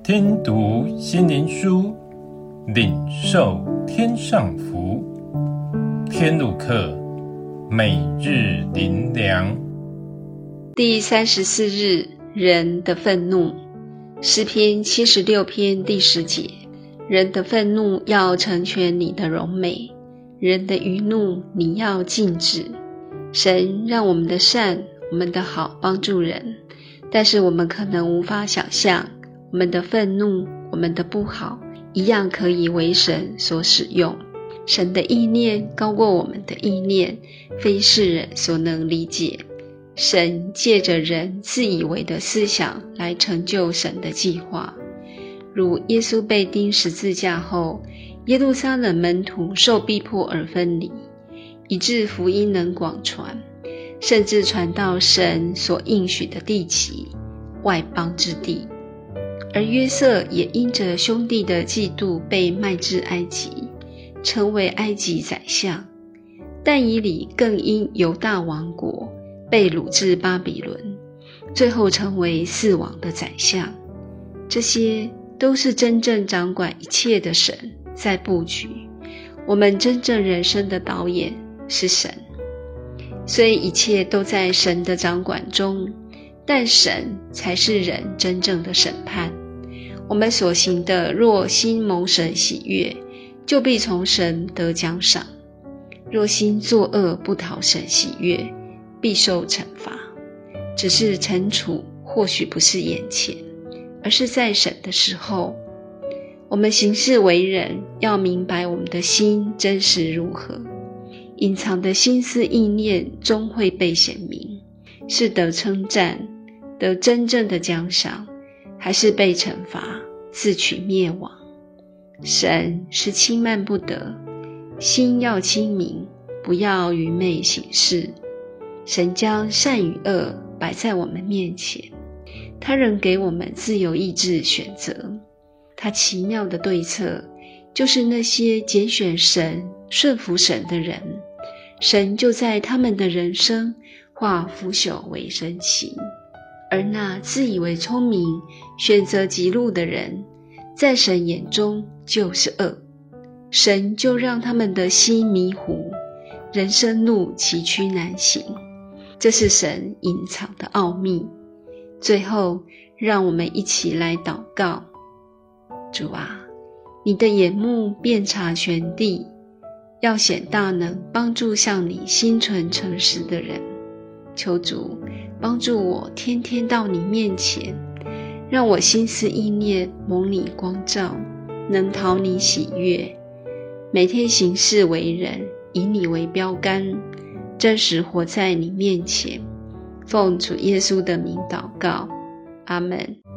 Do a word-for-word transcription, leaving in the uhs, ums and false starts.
听读心灵书，领受天上福。天路客，每日灵粮。 第三十四日，人的愤怒。诗篇七十六篇第十节，人的愤怒要成全你的荣美，人的余怒你要禁止。神让我们的善，我们的好帮助人，但是我们可能无法想象，我们的愤怒，我们的不好，一样可以为神所使用。神的意念高过我们的意念，非世人所能理解。神借着人自以为的思想来成就神的计划。如耶稣被钉十字架后，耶路撒冷门徒受逼迫而分离，以致福音能广传，甚至传到神所应许的地极，外邦之地。而约瑟也因着兄弟的嫉妒被卖至埃及，成为埃及宰相。但以理更因犹大王国被掳至巴比伦，最后成为四王的宰相。这些都是真正掌管一切的神在布局，我们真正人生的导演是神。所以一切都在神的掌管中，但神才是人真正的审判。我们所行的若心蒙神喜悦，就必从神得奖赏；若心作恶不讨神喜悦，必受惩罚。只是惩处或许不是眼前，而是在审的时候。我们行事为人，要明白我们的心真实如何，隐藏的心思意念终会被显明，是得称赞，得真正的奖赏，还是被惩罚，自取灭亡。神是轻慢不得，心要清明，不要愚昧行事。神将善与恶摆在我们面前，他仍给我们自由意志选择。他奇妙的对策，就是那些拣选神、顺服神的人，神就在他们的人生化腐朽为神奇。而那自以为聪明、选择极路的人，在神眼中就是恶，神就让他们的心迷糊，人生路崎岖难行。这是神隐藏的奥秘。最后，让我们一起来祷告。主啊，你的眼目遍察全地，要显大能，帮助向你心存诚实的人。求主帮助我天天到你面前，让我心思意念蒙你光照，能讨你喜悦。每天行事为人，以你为标杆，真实活在你面前。奉主耶稣的名祷告，阿们。